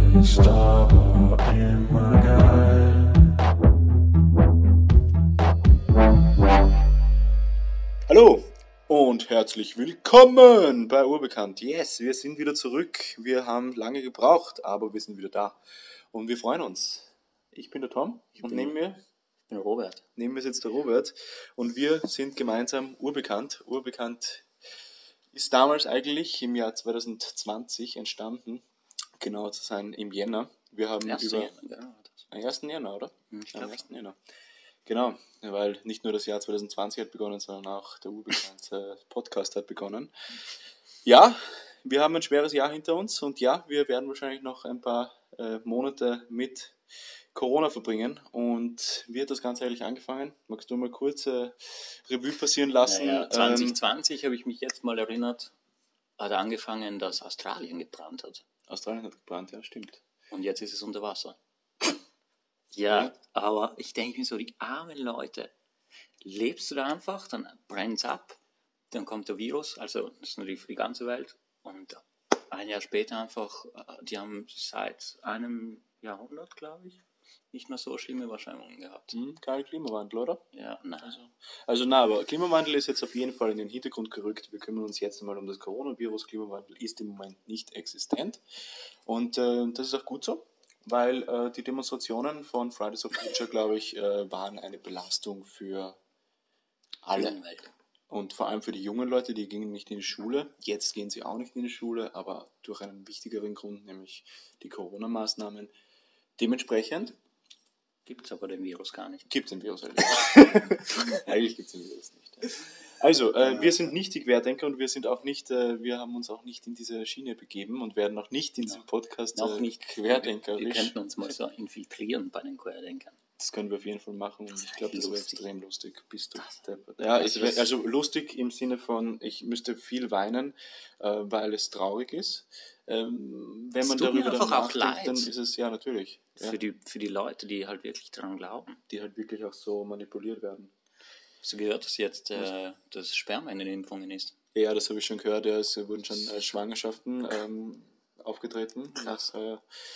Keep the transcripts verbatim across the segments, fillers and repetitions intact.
ist aber immer geil. Hallo und herzlich willkommen bei Urbekannt. Yes, wir sind wieder zurück. Wir haben lange gebraucht, aber wir sind wieder da. Und wir freuen uns. Ich bin der Tom Ich und bin- neben mir, Ich bin Robert. neben mir sitzt der Robert. Und wir sind gemeinsam Urbekannt. Urbekannt ist damals eigentlich im Jahr zwanzig zwanzig entstanden. Genauer zu sein im Jänner. Wir haben Erste über... Jänner, ja, das- Am ersten Jänner, oder? Hm, ich Am glaub ersten Jänner. Genau, weil nicht nur das Jahr zwanzig zwanzig hat begonnen, sondern auch der Urbekannte Podcast hat begonnen. Ja, wir haben ein schweres Jahr hinter uns und ja, wir werden wahrscheinlich noch ein paar äh, Monate mit Corona verbringen. Und wie hat das Ganze eigentlich angefangen? Magst du mal kurz äh, Revue passieren lassen? Naja, Ähm, zwanzig zwanzig habe ich mich jetzt mal erinnert, hat angefangen, dass Australien gebrannt hat. Australien hat gebrannt, ja, stimmt. Und jetzt ist es unter Wasser. Ja, aber ich denke mir so, die armen Leute, lebst du da einfach, dann brennt es ab, dann kommt der Virus, also das ist natürlich für die ganze Welt. Und ein Jahr später einfach, äh, die haben seit einem Jahrhundert, glaube ich, nicht mehr so schlimme Überschwemmungen gehabt. Hm, kein Klimawandel, oder? Ja, nein. Also na, aber Klimawandel ist jetzt auf jeden Fall in den Hintergrund gerückt. Wir kümmern uns jetzt einmal um das Coronavirus. Klimawandel ist im Moment nicht existent. Und äh, das ist auch gut so, weil äh, die Demonstrationen von Fridays for Future, glaube ich, äh, waren eine Belastung für alle. Umwelt. Und vor allem für die jungen Leute, die gingen nicht in die Schule. Jetzt gehen sie auch nicht in die Schule, aber durch einen wichtigeren Grund, nämlich die Corona-Maßnahmen. Dementsprechend Gibt es aber den Virus gar nicht. gibt es den Virus eigentlich. Eigentlich gibt es den Virus nicht. Ja. Also, äh, wir sind nicht die Querdenker und wir sind auch nicht, äh, wir haben uns auch nicht in diese Schiene begeben und werden auch nicht in diesem Podcast Noch äh, nicht querdenkerisch. Wir könnten uns mal so infiltrieren bei den Querdenkern. Das können wir auf jeden Fall machen und ich glaube, das wäre lustig. extrem lustig. Bist du deppert. Ja, ich, wär- also lustig im Sinne von, ich müsste viel weinen, äh, weil es traurig ist. Ähm, wenn Es man tut mir darüber dann einfach auch nachdenkt, leid. dann ist es ja natürlich, ja, Für, die, für die Leute, die halt wirklich daran glauben. die halt wirklich auch so manipuliert werden. Hast du gehört, dass jetzt äh, das Sperma in den Impfungen ist? Ja, das habe ich schon gehört. Ja, es wurden schon äh, Schwangerschaften ähm, aufgetreten nach, äh,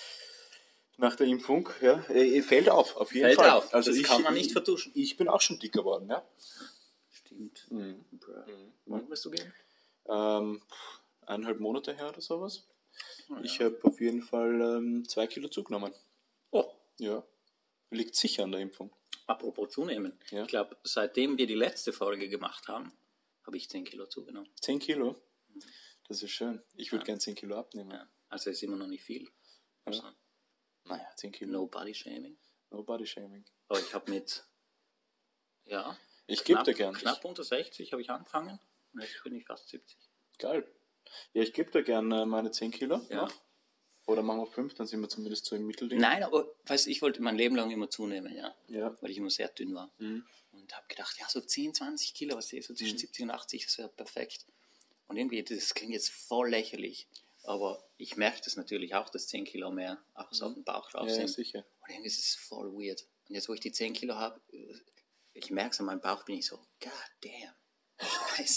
nach der Impfung. Ja, äh, fällt auf, auf jeden Fällt Fall. auf. Also Das ich, kann man nicht vertuschen. Ich bin auch schon dick geworden, ja. Stimmt. Mhm. Wann wirst du gehen? Ähm, eineinhalb Monate her oder sowas. Oh, Ich ja. habe auf jeden Fall ähm, zwei Kilo zugenommen. Oh, Ja, liegt sicher an der Impfung. apropos zunehmen. Ja. Ich glaube, seitdem wir die letzte Folge gemacht haben, habe ich zehn Kilo zugenommen. Zehn Kilo? Das ist schön. Ich würde gern zehn Kilo abnehmen. Ja. Also ist immer noch nicht viel. Also, Naja, zehn Kilo. no body shaming. No body shaming. Aber ich habe mit, ja, Ich gebe knapp, dir gern. knapp unter sechzig habe ich angefangen. Und jetzt bin ich fast siebzig. Geil. Ja, ich gebe dir gerne meine zehn Kilo Ja. noch. Oder machen wir fünf, dann sind wir zumindest so im Mittelding. Nein, aber weißt, du, ich wollte mein Leben lang immer zunehmen, ja. Ja. Weil ich immer sehr dünn war. Mhm. Und habe gedacht, ja, so zehn, zwanzig Kilo, was ist so zwischen siebzig und achtzig, das wäre perfekt. Und irgendwie, das klingt jetzt voll lächerlich. Aber ich merke das natürlich auch, dass zehn Kilo mehr auch so auf dem Bauch drauf Ja, ja, sind. sicher. Und irgendwie ist es voll weird. Und jetzt, wo ich die zehn Kilo habe, ich merke es an meinem Bauch, bin ich so, god damn. Scheiße.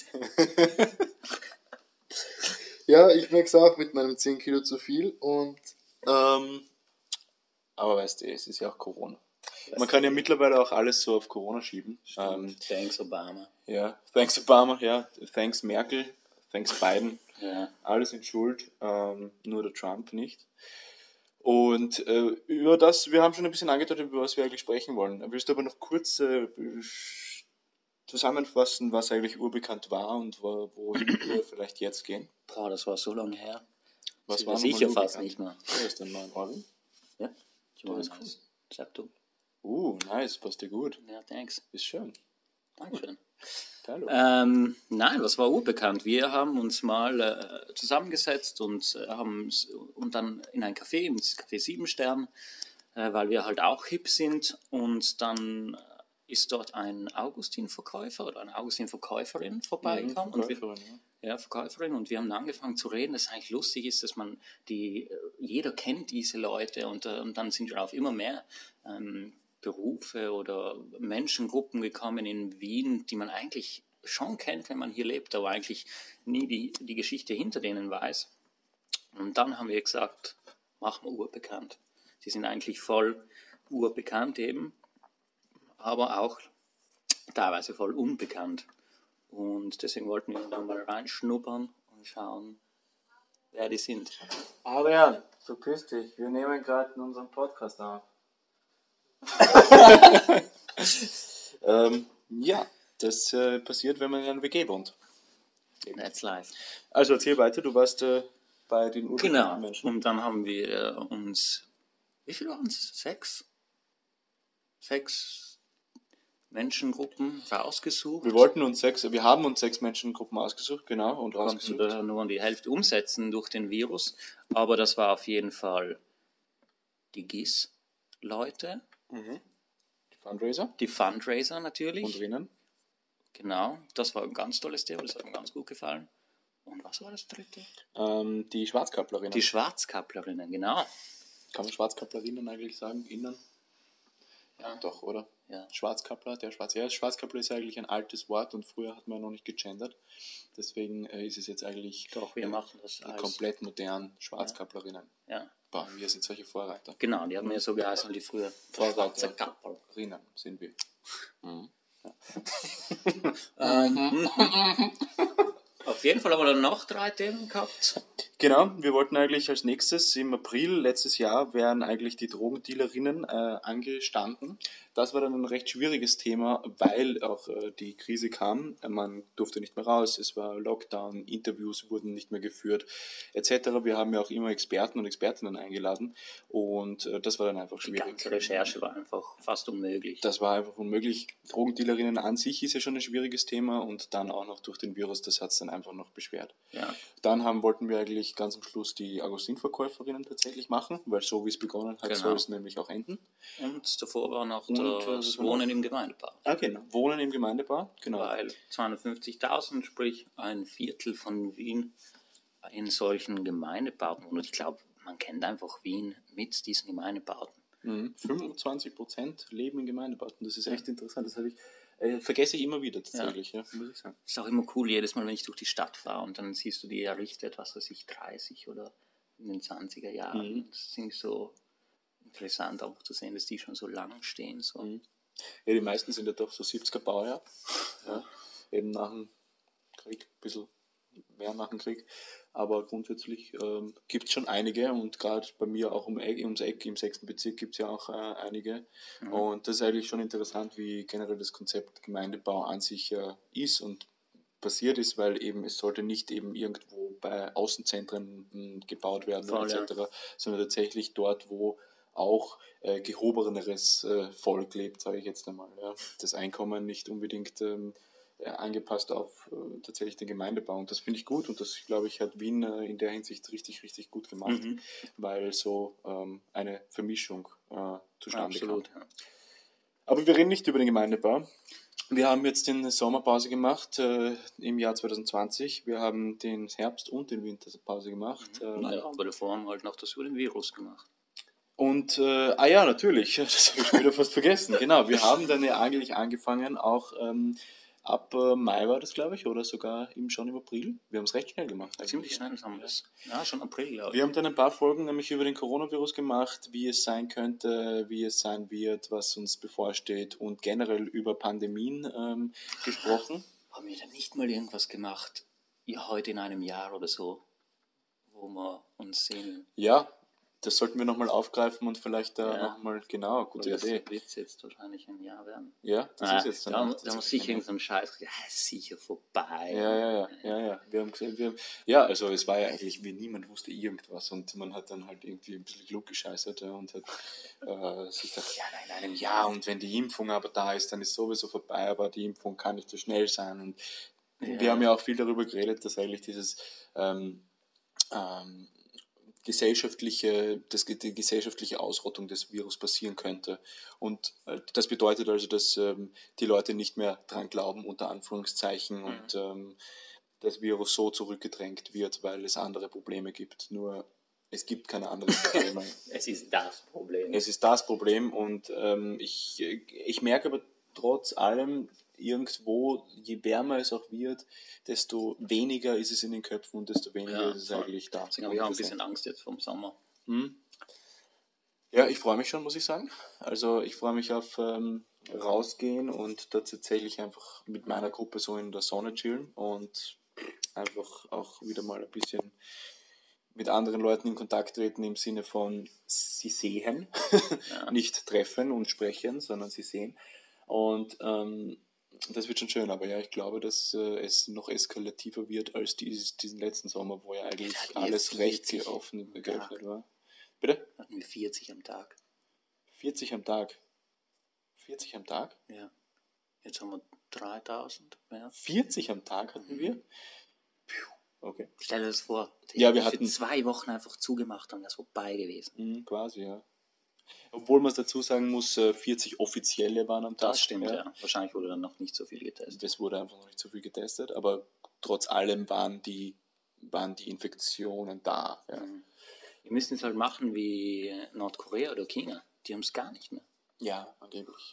Ja, ich merke es auch mit meinem zehn Kilo zu viel. Und, ähm, aber weißt du, es ist ja auch Corona. Man kann ja mittlerweile auch alles so auf Corona schieben. Ähm, Thanks, Obama. ja, thanks Obama, ja, thanks Merkel, thanks Biden. Ja. Alle sind schuld, ähm, nur der Trump nicht. Und äh, über das, wir haben schon ein bisschen angedeutet, über was wir eigentlich sprechen wollen. Willst du aber noch kurz äh, zusammenfassen, was eigentlich urbekannt war und wo, wohin wir vielleicht jetzt gehen? Boah, das war so lange her. Was Das war war nochmal sicher fast urbekannt? nicht mehr. Du hast einen neuen Orgel. Ja, ich Der war ist nice. Septum. Uh, nice, passt dir gut. Ja, thanks. Ist schön. Dankeschön. Hallo. Ähm, nein, was war urbekannt? Wir haben uns mal äh, zusammengesetzt und äh, haben s- und dann in ein Café, ins Café Sieben Stern, äh, weil wir halt auch hip sind. Und dann äh, ist dort ein Augustin-Verkäufer oder eine Augustin-Verkäuferin vorbeigekommen. Und wir, Verkäuferin, ja. ja, Verkäuferin. Und wir haben dann angefangen zu reden, dass es eigentlich lustig ist, dass man die, äh, jeder kennt diese Leute und, äh, und dann sind wir auf immer mehr ähm, Berufe oder Menschengruppen gekommen in Wien, die man eigentlich schon kennt, wenn man hier lebt, aber eigentlich nie die, die Geschichte hinter denen weiß. Und dann haben wir gesagt, machen wir urbekannt. Die sind eigentlich voll urbekannt eben, aber auch teilweise voll unbekannt. Und deswegen wollten wir da mal reinschnuppern und schauen, wer die sind. Adrian, verpiss dich, wir nehmen gerade in unserem Podcast auf. ähm, ja, das äh, passiert, wenn man in einer W G wohnt. That's live. Also erzähl weiter, du warst äh, bei den Genau, urbekannten Menschen. und dann haben wir äh, uns, wie viel waren es? Sechs? Sechs Menschengruppen rausgesucht. Wir wollten uns sechs, wir haben uns sechs Menschengruppen ausgesucht, genau, und konnten rausgesucht. da nur die Hälfte umsetzen durch den Virus, aber das war auf jeden Fall die G I S-Leute, Mhm. Die Fundraiser die Fundraiser und natürlich, Rinnen. genau, das war ein ganz tolles Thema, das hat mir ganz gut gefallen. Und was war das dritte? Ähm, die Schwarzkapplerinnen. Die Schwarzkapplerinnen, genau. Kann man Schwarzkapplerinnen eigentlich sagen? Innen? Ja, doch, oder? Ja. Schwarzkappler, der Schwarz. Ja, Schwarzkappler ist eigentlich ein altes Wort und früher hat man noch nicht gegendert. Deswegen äh, ist es jetzt eigentlich Doch, wir äh, machen das als, komplett modern. Schwarzkapplerinnen. ja, Boah, wir sind solche Vorreiter. genau, die haben ja so geheißen, die früher Vorreiter. Kappel. Rinnen sind wir. Mhm. Ähm, auf jeden Fall haben wir dann noch drei Themen gehabt. Genau, wir wollten eigentlich als nächstes im April letztes Jahr wären eigentlich die Drogendealerinnen äh, angestanden. Das war dann ein recht schwieriges Thema, weil auch äh, die Krise kam. Man durfte nicht mehr raus, es war Lockdown, Interviews wurden nicht mehr geführt, et cetera. Wir haben ja auch immer Experten und Expertinnen eingeladen und äh, das war dann einfach Die schwierig. ganze Recherche war einfach fast unmöglich. Das war einfach unmöglich. Drogendealerinnen an sich ist ja schon ein schwieriges Thema und dann auch noch durch den Virus, das hat es dann einfach noch beschwert. Ja. Dann haben, wollten wir eigentlich ganz am Schluss die Agostinverkäuferinnen tatsächlich machen, weil so wie es begonnen hat, Genau. soll es nämlich auch enden. Und davor war noch Und, äh, das was war Wohnen im Gemeindebau. Ah, genau. Wohnen im Gemeindebau, genau. Weil zweihundertfünfzigtausend, sprich ein Viertel von Wien, in solchen Gemeindebauten wohnt. Und ich glaube, man kennt einfach Wien mit diesen Gemeindebauten. Mhm. fünfundzwanzig Prozent leben in Gemeindebauten. Das ist echt interessant. Das habe ich, äh, vergesse ich immer wieder tatsächlich, ja. muss ich sagen. Das ist auch immer cool, jedes Mal, wenn ich durch die Stadt fahre und dann siehst du die errichtet, was weiß ich, dreißig oder in den zwanziger Jahren. Mhm. Das ist irgendwie so interessant auch zu sehen, dass die schon so lang stehen. So. Mhm. Ja, die meisten sind ja doch so siebziger Baujahr. Ja. Eben nach dem Krieg, ein bisschen mehr nach dem Krieg. Aber grundsätzlich ähm, gibt es schon einige und gerade bei mir auch um Eck, ums Eck im sechsten Bezirk gibt es ja auch äh, einige. Mhm. Und das ist eigentlich schon interessant, wie generell das Konzept Gemeindebau an sich äh, ist und passiert ist, weil eben es sollte nicht eben irgendwo bei Außenzentren m, gebaut werden Voll, et cetera, sondern tatsächlich dort, wo auch äh, gehobeneres äh, Volk lebt, sage ich jetzt einmal. Ja. Das Einkommen nicht unbedingt ähm, äh, angepasst auf äh, tatsächlich den Gemeindebau. Und das finde ich gut und das, glaube ich, hat Wien äh, in der Hinsicht richtig, richtig gut gemacht, Mhm. weil so ähm, eine Vermischung äh, zustande Absolut. kam. Ja. Aber wir reden nicht über den Gemeindebau. Wir haben jetzt den Sommerpause gemacht äh, im Jahr zwanzig zwanzig. Wir haben den Herbst- und den Winterpause gemacht. Ähm, Naja, aber davor haben wir halt noch das über den Virus gemacht. Und, äh, ah ja, natürlich, das habe ich schon wieder fast vergessen. Genau, wir haben dann ja eigentlich angefangen, auch ähm, ab äh, Mai war das, glaube ich, oder sogar eben schon im April. Wir haben es recht schnell gemacht. eigentlich. Ziemlich schnell haben wir das. Ja, schon April, glaube ich. Wir haben dann ein paar Folgen nämlich über den Coronavirus gemacht, wie es sein könnte, wie es sein wird, was uns bevorsteht und generell über Pandemien ähm, gesprochen. Haben wir dann nicht mal irgendwas gemacht, ja, heute in einem Jahr oder so, wo wir uns sehen? Ja, das sollten wir nochmal aufgreifen und vielleicht da Ja. nochmal, genau, gute Das Idee. wird jetzt wahrscheinlich ein Jahr werden. Ja, das Ah, ist jetzt dann da, auch da muss tatsächlich sicher ein- irgendein so ein Scheiß, ja, ist sicher vorbei. Ja, ja, ja, ja, ja. Wir haben gesehen, wir haben, ja, also es war ja eigentlich, wie niemand wusste irgendwas und man hat dann halt irgendwie ein bisschen klug gescheißert, ja, und hat äh, sich gedacht, ja, nein, in einem Jahr und wenn die Impfung aber da ist, dann ist sowieso vorbei, aber die Impfung kann nicht so schnell sein und Ja. wir haben ja auch viel darüber geredet, dass eigentlich dieses ähm, ähm, gesellschaftliche, das, die gesellschaftliche Ausrottung des Virus passieren könnte. Und äh, das bedeutet also, dass ähm, die Leute nicht mehr dran glauben, unter Anführungszeichen, und ähm, das Virus so zurückgedrängt wird, weil es andere Probleme gibt. Nur es gibt keine anderen Probleme. Es ist das Problem. Es ist das Problem und ähm, ich, ich merke aber trotz allem irgendwo, je wärmer es auch wird, desto weniger ist es in den Köpfen und desto weniger Ja, ist es voll. eigentlich da. Deswegen habe ich auch ein bisschen Angst jetzt vom Sommer. Hm. Ja, ich freue mich schon, muss ich sagen. Also ich freue mich auf ähm, rausgehen und da tatsächlich einfach mit meiner Gruppe so in der Sonne chillen und einfach auch wieder mal ein bisschen mit anderen Leuten in Kontakt treten im Sinne von sie sehen, Ja. nicht treffen und sprechen, sondern sie sehen. Und ähm, das wird schon schön, aber ja, ich glaube, dass äh, es noch eskalativer wird als dieses, diesen letzten Sommer, wo ja eigentlich hatten wir alles recht vierzig geoffen, am geöffnet Tag. war. Bitte? Hatten wir vierzig am Tag. vierzig am Tag. vierzig am Tag? Ja. Jetzt haben wir dreitausend mehr. vierzig am Tag hatten wir? Okay. Stell dir das vor. Die Ja, wir für hatten- zwei Wochen einfach zugemacht und das vorbei gewesen. Mhm, quasi, ja. Obwohl man es dazu sagen muss, äh, vierzig offizielle waren am Tag. Das stimmt, ja. Wahrscheinlich wurde dann noch nicht so viel getestet. Es wurde einfach noch nicht so viel getestet, aber trotz allem waren die, waren die Infektionen da. Ja, Wir müssen es halt machen wie Nordkorea oder China. Die haben es gar nicht mehr. ja angeblich.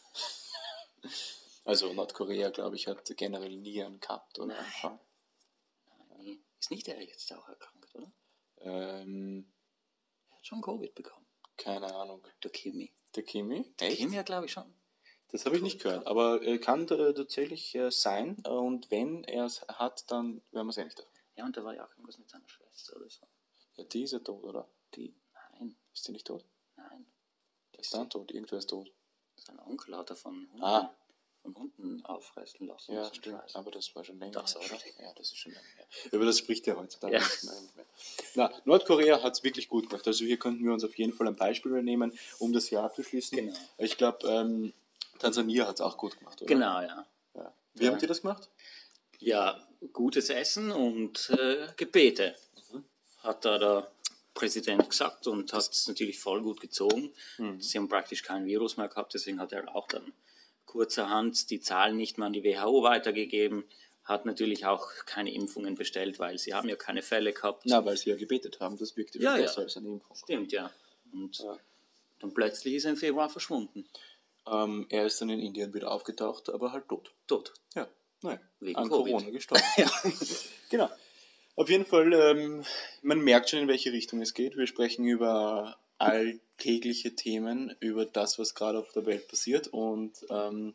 Also Nordkorea, glaube ich, hat generell nie einen gehabt. Oder? Nein. einen Fall. Nee. Ist nicht der jetzt auch erkrankt, oder? Ähm, Er hat schon Covid bekommen. keine Ahnung. Der Kimi. Der Kimi? Echt? Kimi ja, glaube ich, schon. Das habe ich nicht gehört, aber äh, kann äh, tatsächlich äh, sein. Äh, und wenn er es hat, dann werden wir es eh nicht davon. Ja, und da war ja auch irgendwas mit seiner Schwester oder so. Ja, die ist ja tot, oder? Die, nein, Ist die nicht tot? nein. Die ist dann tot, irgendwer ist tot. Sein Onkel hat er von Hunden, Ah. von Hunden auffressen lassen. Ja, so ein stimmt. Scheiß. Aber das war schon länger Das her, war oder? schon Ja, das ist schon länger her. Über das spricht ja heutzutage Ja. nicht mehr- nicht mehr. Na, Nordkorea hat es wirklich gut gemacht. Also hier könnten wir uns auf jeden Fall ein Beispiel nehmen, um das Jahr abzuschließen. Genau. Ich glaube, ähm, Tansania hat es auch gut gemacht, oder? Genau, ja. Ja. Wie Ja. haben die das gemacht? Ja, gutes Essen und äh, Gebete, hat da der Präsident gesagt und hat es natürlich voll gut gezogen. Sie haben praktisch kein Virus mehr gehabt, deswegen hat er auch dann kurzerhand die Zahlen nicht mehr an die W H O weitergegeben, hat natürlich auch keine Impfungen bestellt, weil sie haben ja keine Fälle gehabt. Na, weil sie ja gebetet haben. Das wirkte viel Ja, ja. besser als eine Impfung. Stimmt, ja. Und Ja. dann plötzlich ist er im Februar verschwunden. Ähm, er ist dann in Indien wieder aufgetaucht, aber halt tot. Tot. Ja, nein. Wegen An Covid. Corona gestorben. Genau. Auf jeden Fall, ähm, man merkt schon, in welche Richtung es geht. Wir sprechen über alltägliche Themen, über das, was gerade auf der Welt passiert. Und ähm,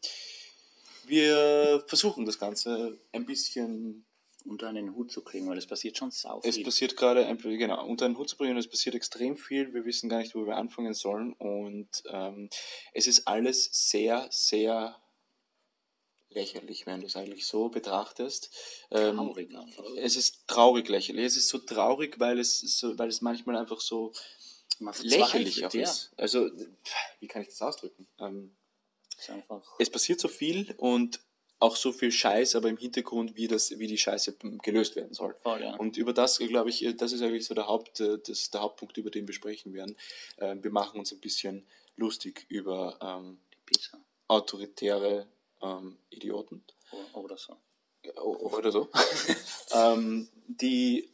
wir versuchen das Ganze ein bisschen, Unter einen Hut zu kriegen, weil es passiert schon sau viel. es passiert gerade, ein- genau, unter den Hut zu bringen, es passiert extrem viel. Wir wissen gar nicht, wo wir anfangen sollen. Und ähm, es ist alles sehr, sehr lächerlich, wenn du es eigentlich so betrachtest. Ähm, Traurig einfach. Es ist traurig lächerlich. Es ist so traurig, weil es, so, weil es manchmal einfach so Man lächerlich verzweifelt, auch ja. ist. Also, wie kann ich das ausdrücken? Ähm, Es ist einfach es passiert so viel und auch so viel Scheiß, aber im Hintergrund, wie, das, wie die Scheiße gelöst werden soll. voll, ja. Und über das, glaube ich, das ist eigentlich so der, Haupt, äh, das, der Hauptpunkt, über den wir sprechen werden. Ähm, wir machen uns ein bisschen lustig über ähm, Die Pizza. autoritäre ähm, Idioten. Oder, oder so. Oder so, ähm, die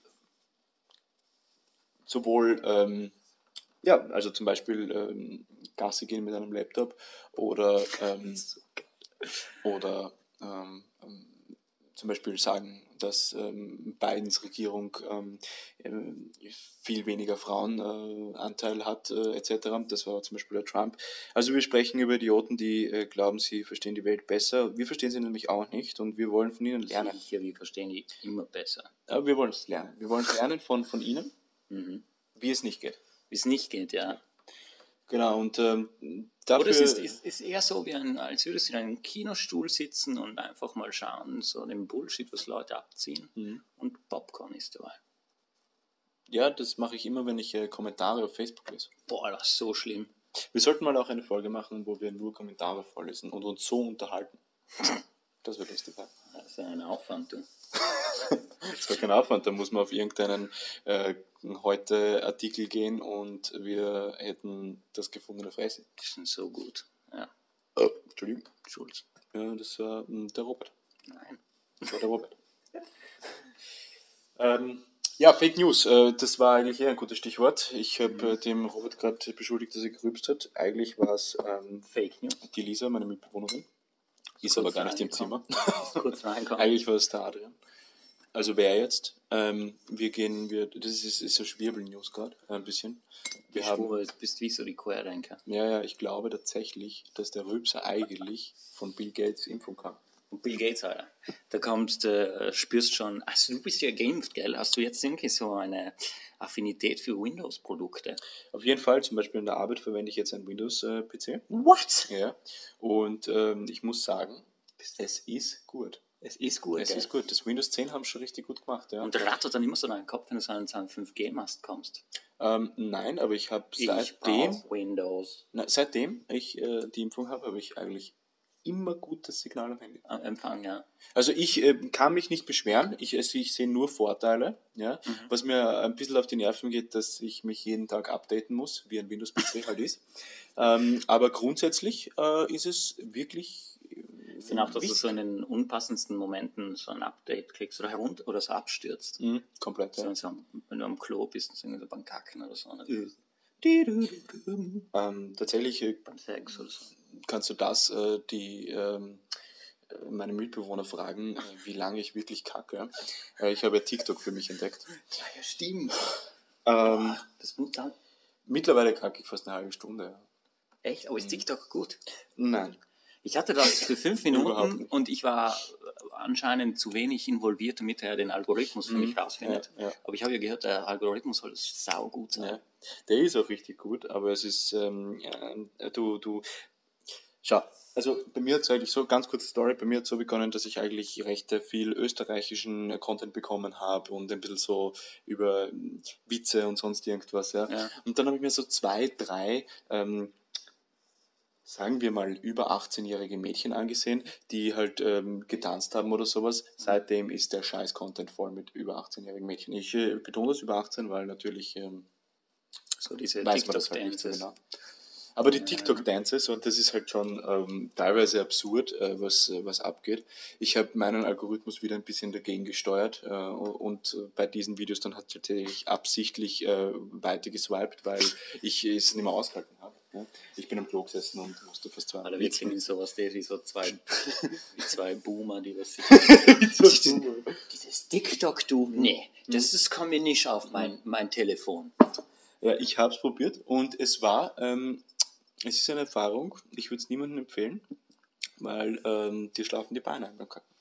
sowohl, ähm, ja, also zum Beispiel ähm, Gassi gehen mit einem Laptop oder, ähm, oder ähm, ähm, zum Beispiel sagen, dass ähm, Bidens Regierung ähm, ähm, viel weniger Frauenanteil äh, hat, äh, et cetera. Das war zum Beispiel der Trump. Also wir sprechen über Idioten, die äh, glauben, sie verstehen die Welt besser. Wir verstehen sie nämlich auch nicht und wir wollen von ihnen lernen. Sicher, wir verstehen die immer besser. Aber wir wollen es lernen. Wir wollen es lernen von, von ihnen, Mhm. wie es nicht geht. Wie es nicht geht, ja. Genau, und ähm, dafür... Oder es ist, ist, ist eher so, wie ein, als würdest du in einem Kinostuhl sitzen und einfach mal schauen, so den Bullshit, was Leute abziehen. Mhm. Und Popcorn ist dabei. Ja, das mache ich immer, wenn ich äh, Kommentare auf Facebook lese. Boah, das ist so schlimm. Wir sollten mal auch eine Folge machen, wo wir nur Kommentare vorlesen und uns so unterhalten. Das wird lustig sein. Das ist ja ein Aufwand, du. Das war kein Aufwand, da muss man auf irgendeinen äh, heute Artikel gehen und wir hätten das gefundene Fressen. Die sind so gut. Ja, Oh, Entschuldigung. Schulz. Ja, das war ähm, der Robert. Nein. Das war der Robert. ähm, ja, Fake News, äh, das war eigentlich eher ein gutes Stichwort. Ich habe äh, dem Robert gerade beschuldigt, dass er gerübst hat. Eigentlich war es ähm, Fake News. die Lisa, meine Mitbewohnerin. Ist Kurz aber gar nicht im reingekommen. Zimmer. Ist kurz reinkommen. Eigentlich war es der Adrian. Also wer jetzt? Ähm, wir gehen, wir, das ist, ist so Schwirbel-News gerade, ein bisschen. Wir haben, Du bist wie so die Querdenker. ja, ja, ich glaube tatsächlich, dass der Rülpser eigentlich von Bill Gates Impfung kam. Und Bill Gates, Alter. Da kommst, äh, spürst schon, also du bist ja geimpft, gell? Hast du jetzt irgendwie so eine Affinität für Windows-Produkte? Auf jeden Fall, zum Beispiel in der Arbeit verwende ich jetzt einen Windows-P C. What? Ja. Und ähm, ich muss sagen, es ist gut. Es ist gut, Es gell? ist gut. Das Windows zehn haben schon richtig gut gemacht, ja. Und rattert dann immer so deinen Kopf, wenn du so an einen fünf G-Mast kommst. Ähm, nein, aber ich habe Ich seitdem, brauch Windows. na, seitdem ich äh, die Impfung habe, habe ich eigentlich immer gutes Signal am Handy. Am Empfang, ja. Also ich äh, kann mich nicht beschweren, ich, also ich sehe nur Vorteile. Ja? Mhm. Was mir ein bisschen auf die Nerven geht, dass ich mich jeden Tag updaten muss, wie ein Windows-P C halt ist. Ähm, aber grundsätzlich äh, ist es wirklich Ich finde auch, dass du so in den unpassendsten Momenten so ein Update klickst oder herunter oder so abstürzt. Mhm, komplett. So, Ja. so, wenn du am Klo bist, so irgendwie so beim Kacken oder so. Ne? Ähm, tatsächlich äh, Beim Sex oder so. kannst du das äh, die ähm, äh, meine Mitbewohner fragen, äh, wie lange ich wirklich kacke. Äh, ich habe ja TikTok für mich entdeckt. Ja, ja, stimmt. Ähm, Das muss dann mittlerweile kacke ich fast eine halbe Stunde. Ja. echt, aber ist TikTok gut? Nein. Ich hatte das für fünf Überhaupt Minuten nicht. und ich war anscheinend zu wenig involviert, damit er den Algorithmus für mich rausfindet. ja, ja. Aber ich habe ja gehört, der Algorithmus soll saugut sein. Ja, der ist auch richtig gut, aber es ist, ähm, ja, du, du, schau, also bei mir hat es eigentlich so, ganz kurze Story, bei mir hat es so begonnen, dass ich eigentlich recht viel österreichischen Content bekommen habe und ein bisschen so über ähm, Witze und sonst irgendwas, ja. Ja. Und dann habe ich mir so zwei, drei, ähm, sagen wir mal, über achtzehnjährige Mädchen angesehen, die halt ähm, getanzt haben oder sowas. Seitdem ist der Scheiß-Content voll mit über achtzehnjährigen Mädchen. Ich äh, betone das über achtzehn, weil natürlich ähm, So diese weiß man das halt nicht so TikTok-Dances. genau. Aber die TikTok-Dances, und das ist halt schon ähm, teilweise absurd, äh, was, äh, was abgeht. Ich habe meinen Algorithmus wieder ein bisschen dagegen gesteuert äh, und äh, bei diesen Videos dann hat tatsächlich absichtlich äh, weiter geswiped, weil ich es nicht mehr ausgehalten habe. Ja? Ich bin am Klo gesessen und musste fast zwei Alter, wir klingen sowas, der wie so zwei, wie zwei Boomer, die das sich. Dieses TikTok, du, nee, das ist, kommt mir nicht auf mein, mein Telefon. Ja, ich habe es probiert und es war, ähm, es ist eine Erfahrung, ich würde es niemandem empfehlen, weil ähm, dir schlafen die Beine ein beim Kacken.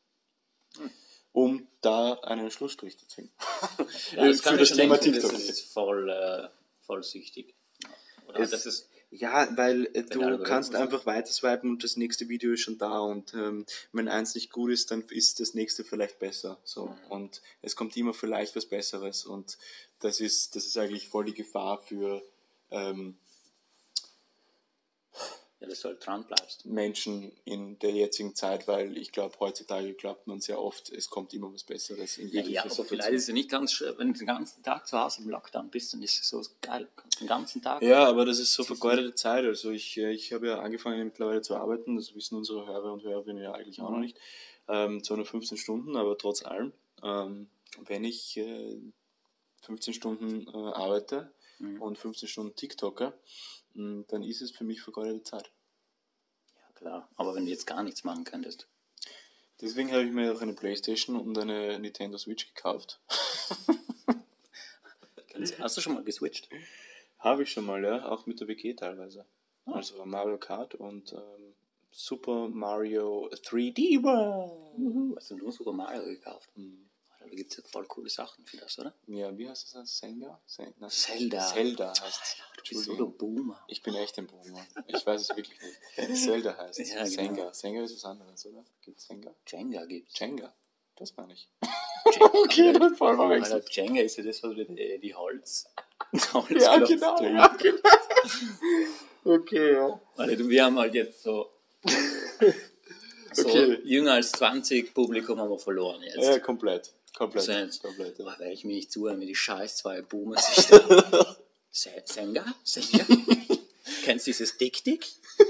Um da einen Schlussstrich zu ziehen. Ja, das kann Für ich das schon Thema denken, TikTok. das ist voll, äh, voll süchtig. Oder Es- das ist, Ja, weil äh, der du Algorithmus kannst ist- einfach weiter swipen und das nächste Video ist schon da und ähm, wenn eins nicht gut ist, dann ist das nächste vielleicht besser. So. Mhm. Und es kommt immer vielleicht was Besseres und das ist, das ist eigentlich voll die Gefahr für ähm, ja, dass du halt dran bleibst. Menschen in der jetzigen Zeit, weil ich glaube, heutzutage glaubt man sehr oft, es kommt immer was Besseres in Ja, jeglicher ja, aber Situation. vielleicht ist es ja nicht ganz schön, wenn du den ganzen Tag zu Hause im Lockdown bist, dann ist es so geil. Kannst den ganzen Tag. Ja, aber das ist so vergeudete Zeit. Also ich, äh, ich habe ja angefangen mittlerweile zu arbeiten, das wissen unsere Hörer und Hörerinnen ja eigentlich auch noch nicht. Ähm, zwar nur fünfzehn Stunden, aber trotz allem, ähm, wenn ich äh, fünfzehn Stunden äh, arbeite Mhm. und fünfzehn Stunden TikToker, mh, dann ist es für mich vergeudete Zeit. Ja, klar. Aber wenn du jetzt gar nichts machen könntest. Deswegen habe ich mir auch eine Playstation und eine Nintendo Switch gekauft. Kennst- Hast du schon mal geswitcht? Habe ich schon mal, ja, auch mit der W G teilweise. Also Mario Kart und ähm, Super Mario drei D World. Hast du nur Super Mario gekauft? Mhm. Alter, da gibt es ja voll coole Sachen für das, oder? Ja, wie heißt das? Senga? Sen- na, Zelda. Zelda heißt Du bist so der Boomer. Ich bin echt ein Boomer. Ich weiß es wirklich nicht. Zelda heißt es. Ja, genau. Senga. Senga ist was anderes, oder? Gibt es Senga? Jenga gibt's. Jenga. Das meine ich. Okay, das ist voll Alter, Jenga ist ja das, was wir die, die Holz. Holz Ja, genau. Ja, genau. Okay, ja. Alter, du, wir haben halt jetzt so, so Okay. jünger als zwanzig Publikum haben wir verloren jetzt. Ja, komplett. Komplett. So jetzt. komplett ja. Boah, weil ich mir nicht zuhören, wie die scheiß zwei Boomer sich da. Se- Senga? Senga? Kennst du dieses Dick-Dick?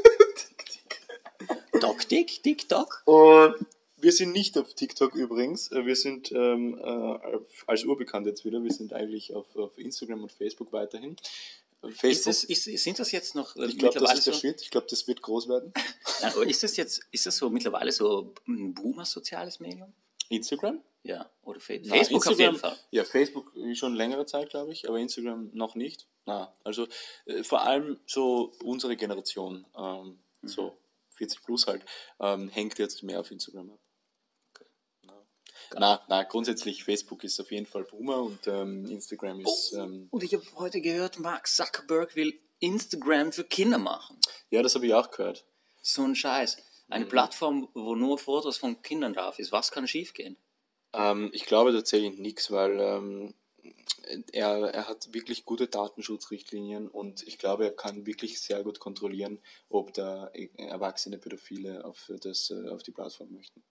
Doc-Dick? Dick-Doc? Und wir sind nicht auf TikTok übrigens. Wir sind ähm, äh, als urbekannt jetzt wieder. Wir sind eigentlich auf, auf Instagram und Facebook weiterhin. Ist Facebook, das, ist, sind das jetzt noch äh, ich glaube, das mittlerweile ist der so? Shit. Ich glaube, das wird groß werden. Nein, aber ist das jetzt, ist das so mittlerweile so ein Boomer-soziales Medium? Instagram? Ja, oder Fe- Na, Facebook auf jeden Fall. Ja, Facebook schon längere Zeit, glaube ich, aber Instagram noch nicht. Na, also äh, vor allem so unsere Generation, ähm, Mhm. so vierzig plus halt, ähm, hängt jetzt mehr auf Instagram ab. Okay. Na, na, na, grundsätzlich Facebook ist auf jeden Fall Boomer und ähm, Instagram ist... Oh, Ähm, und ich habe heute gehört, Mark Zuckerberg will Instagram für Kinder machen. ja, das habe ich auch gehört. So ein Scheiß. Eine Mhm. Plattform, wo nur Fotos von Kindern drauf ist. Was kann schiefgehen? Ähm, ich glaube tatsächlich nichts, weil ähm, er, er hat wirklich gute Datenschutzrichtlinien und ich glaube, er kann wirklich sehr gut kontrollieren, ob da erwachsene Pädophile auf, das, äh, auf die Plattform möchten.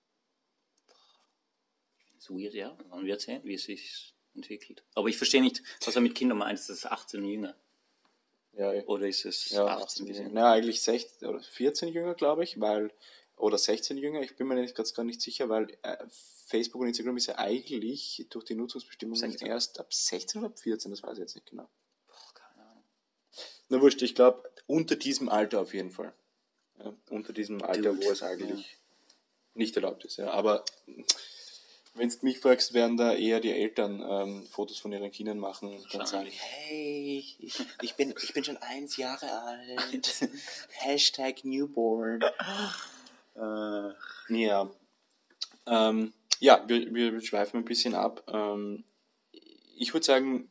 So weird, ja. Man wird sehen, wie es sich entwickelt. Aber ich verstehe nicht, was er mit Kindern meint. Ist das achtzehn jünger? Ja, Oder ist es ja achtzehn? achtzehn, na, eigentlich sechzehn oder vierzehn jünger, glaube ich, weil, oder sechzehn jünger, ich bin mir nicht ganz gar nicht sicher, weil äh, Facebook und Instagram ist ja eigentlich durch die Nutzungsbestimmungen sechzehn. erst ab sechzehn oder ab vierzehn, das weiß ich jetzt nicht genau. Boah, keine Ahnung. Na wurscht, ich glaube, unter diesem Alter auf jeden Fall. Ja, unter diesem Alter, Dude, wo es eigentlich nicht erlaubt ist. Ja. Aber wenn du mich fragst, werden da eher die Eltern ähm, Fotos von ihren Kindern machen und dann sagen, hey, ich, ich, bin, ich bin schon eins Jahre alt. Hashtag Newborn. äh, ja. Ähm, ja, wir, wir schweifen ein bisschen ab. Ähm, ich würde sagen,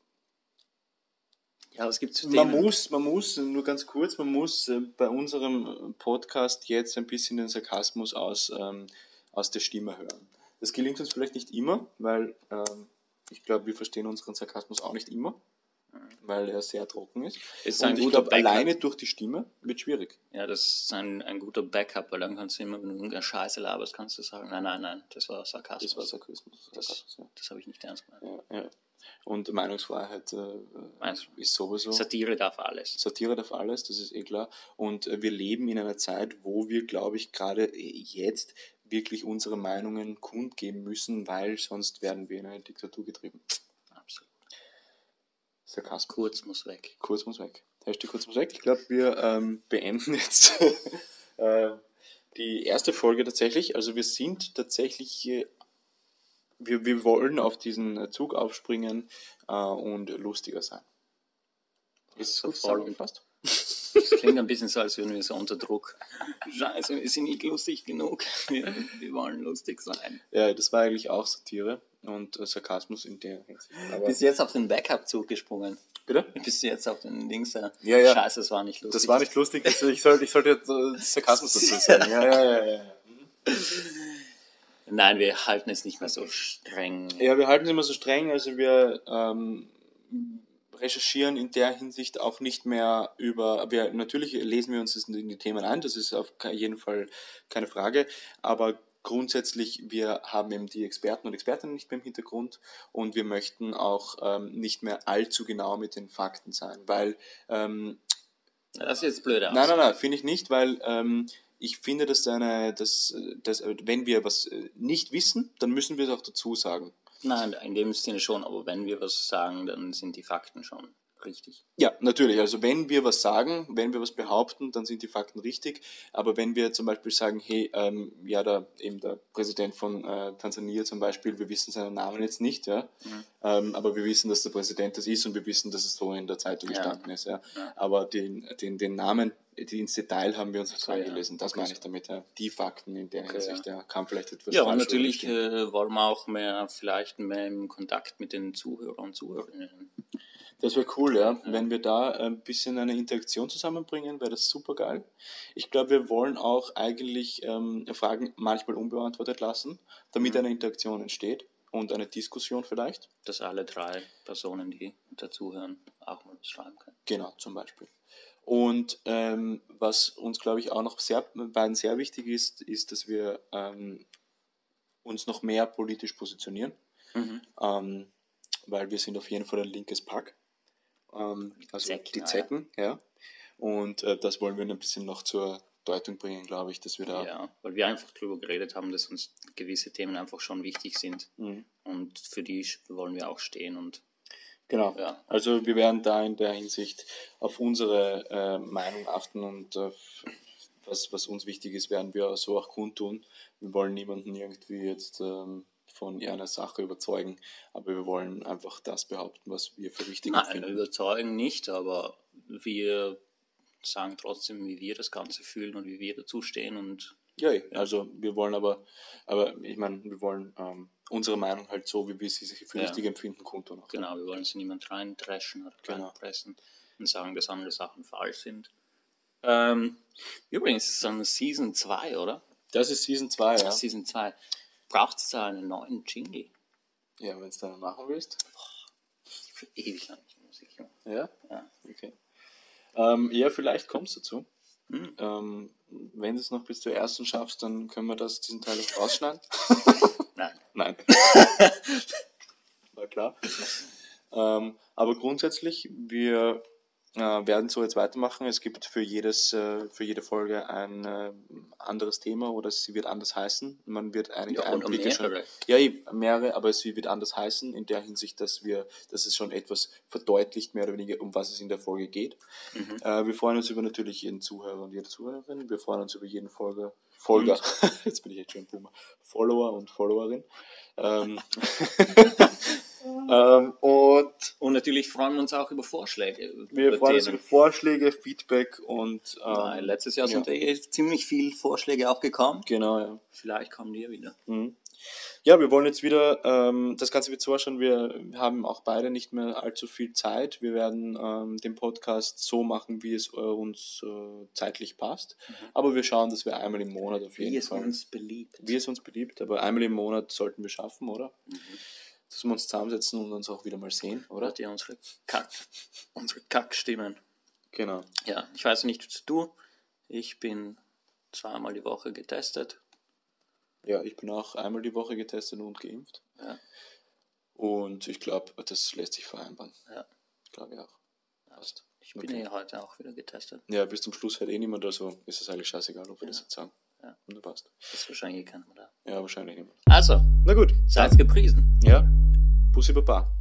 Ja, was gibt es zu man Themen? muss, man muss, nur ganz kurz, man muss äh, bei unserem Podcast jetzt ein bisschen den Sarkasmus aus, ähm, aus der Stimme hören. Das gelingt uns vielleicht nicht immer, weil ähm, ich glaube, wir verstehen unseren Sarkasmus auch nicht immer, weil er sehr trocken ist. Es ist Und ein ich guter glaube, Backup. alleine durch die Stimme wird schwierig. Ja, das ist ein, ein guter Backup, weil dann kannst du immer, wenn du irgendeine Scheiße laberst, kannst du sagen, nein, nein, nein, das war Sarkasmus. Das war Sarkasmus. Das, Sarkasmus ja. das habe ich nicht ernst gemeint. Ja, ja. Und Meinungsfreiheit äh, Meinst ist sowieso... Satire darf alles. Satire darf alles, das ist eh klar. Und äh, wir leben in einer Zeit, wo wir, glaube ich, gerade jetzt wirklich unsere Meinungen kundgeben müssen, weil sonst werden wir in eine Diktatur getrieben. Absolut. Sarkasmus. Kurz muss weg. Kurz muss weg. Hashtag kurz muss weg. Ich glaube, wir ähm, beenden jetzt äh, die erste Folge tatsächlich. Also wir sind tatsächlich... Äh, Wir, wir wollen auf diesen Zug aufspringen äh, und lustiger sein. Ist es gut zusammengefasst? Das klingt ein bisschen so, als würden wir so unter Druck. Scheiße, wir sind nicht lustig genug. Wir, wir wollen lustig sein. Ja, das war eigentlich auch Satire und äh, Sarkasmus in der Hinsicht. Aber Bist du jetzt auf den Backup-Zug gesprungen? bitte? Bist du jetzt auf den Dings da? Ja, ja. Scheiße, das war nicht lustig. Das war nicht lustig, das, ich, soll, ich sollte jetzt äh, Sarkasmus dazu sagen. Ja, ja, ja, ja. Nein, wir halten es nicht mehr so streng. Ja, wir halten es immer so streng, also wir ähm, recherchieren in der Hinsicht auch nicht mehr über, wir, natürlich lesen wir uns das in die Themen ein, das ist auf jeden Fall keine Frage, aber grundsätzlich, wir haben eben die Experten und Expertinnen nicht mehr im Hintergrund und wir möchten auch ähm, nicht mehr allzu genau mit den Fakten sein, weil ähm, Das ist jetzt blöd aus. Nein, nein, nein, finde ich nicht, weil ähm, ich finde, dass, eine, dass, dass wenn wir was nicht wissen, dann müssen wir es auch dazu sagen. Nein, in dem Sinne schon, aber wenn wir was sagen, dann sind die Fakten schon richtig. Ja, natürlich. Also wenn wir was sagen, wenn wir was behaupten, dann sind die Fakten richtig. Aber wenn wir zum Beispiel sagen, hey, ähm, ja, da eben der Präsident von äh, Tansania zum Beispiel, wir wissen seinen Namen jetzt nicht, ja, Mhm. ähm, aber wir wissen, dass der Präsident das ist und wir wissen, dass es so in der Zeitung Ja. gestanden ist, ja. Ja. Aber den, den, den Namen, die ins Detail haben wir uns nicht So, ja. reingelesen. Das Okay, meine ich so. damit, ja. Die Fakten in der Okay, Hinsicht, ja. Kann vielleicht etwas Ja, und falsch natürlich rüberstehen. äh, wollen wir auch mehr, vielleicht mehr im Kontakt mit den Zuhörern und Zuhörerinnen. Das wäre cool, ja. Wenn wir da ein bisschen eine Interaktion zusammenbringen, wäre das super geil. Ich glaube, wir wollen auch eigentlich ähm, Fragen manchmal unbeantwortet lassen, damit Mhm. eine Interaktion entsteht und eine Diskussion vielleicht. Dass alle drei Personen, die dazuhören, auch mal was schreiben können. Genau, zum Beispiel. Und ähm, was uns, glaube ich, auch noch sehr, beiden sehr wichtig ist, ist, dass wir ähm, uns noch mehr politisch positionieren, Mhm. ähm, weil wir sind auf jeden Fall ein linkes Pack. Ähm, also Zecken, die ja. Zecken, ja. Und äh, das wollen wir ein bisschen noch zur Deutung bringen, glaube ich, dass wir da... Ja, weil wir einfach darüber geredet haben, dass uns gewisse Themen einfach schon wichtig sind. Mhm. Und für die wollen wir auch stehen. Und Genau. ja, Also wir werden da in der Hinsicht auf unsere äh, Meinung achten und auf was, was uns wichtig ist, werden wir so auch kundtun. Wir wollen niemanden irgendwie jetzt ähm, von einer Sache überzeugen, aber wir wollen einfach das behaupten, was wir für richtig Nein, finden. überzeugen nicht, aber wir sagen trotzdem, wie wir das Ganze fühlen und wie wir dazu stehen. Und Ja, eh. also wir wollen aber, aber ich meine, wir wollen ähm, unsere Meinung halt so, wie wir sie für Ja. richtig empfinden, kundtun. Auch. genau, wir wollen sie niemand reindreschen oder Genau. reinpressen und sagen, dass andere Sachen falsch sind. Ähm, übrigens ist es dann Season zwei, oder? Das ist Season zwei, ja. Season zwei. Braucht es da einen neuen Jingle? Ja, wenn du es dann machen willst. Für ewig lang nicht Musik hören. Ja? Ja. Okay. Ähm, ja, vielleicht kommst du dazu. Hm. Ähm, wenn du es noch bis zur ersten schaffst, dann können wir das, diesen Teil auch rausschneiden. Nein. Nein. War klar. Ähm, aber grundsätzlich, wir äh, werden so jetzt weitermachen. Es gibt für jedes, äh, für jede Folge ein äh, anderes Thema oder sie wird anders heißen. Man wird einige Ja, oder Einblicke schon. mehrere. Ja, eben, mehrere, aber es wird anders heißen, in der Hinsicht, dass wir, dass es schon etwas verdeutlicht, mehr oder weniger, um was es in der Folge geht. Mhm. Äh, wir freuen uns über natürlich jeden Zuhörer und jede Zuhörerin. Wir freuen uns über jeden Folger, Folger, jetzt bin ich jetzt schon ein Boomer, Follower und Followerin. Ähm, ähm, und Und natürlich freuen wir uns auch über Vorschläge. wir über freuen uns Themen. über Vorschläge, Feedback und ähm, Weil letztes Jahr sind ja. eh ziemlich viele Vorschläge auch gekommen. Genau, ja. Vielleicht kommen die ja wieder. Mhm. Ja, wir wollen jetzt wieder, ähm, das Ganze wird so ausschauen, wir haben auch beide nicht mehr allzu viel Zeit. Wir werden ähm, den Podcast so machen, wie es äh, uns äh, zeitlich passt. Aber wir schauen, dass wir einmal im Monat auf jeden Wie es Fall, uns beliebt. wie es uns beliebt, aber einmal im Monat sollten wir schaffen, oder? Dass wir uns zusammensetzen und uns auch wieder mal sehen, oder? Hört ihr unsere Kack, unsere Kackstimmen? Genau. Ja, ich weiß nicht, du, ich bin zweimal die Woche getestet. Ja, ich bin auch einmal die Woche getestet und geimpft. Ja. Und ich glaube, das lässt sich vereinbaren. Ja. Glaube ich auch. Passt. Ich bin Okay. eh heute auch wieder getestet. Ja, bis zum Schluss hört eh niemand, also ist es eigentlich scheißegal, ob wir das jetzt sagen. Ja. Und das passt. Das ist wahrscheinlich eh keiner mehr da. Ja, wahrscheinlich niemand. Also, Na gut. seid gepriesen. Ja. Bussi Baba.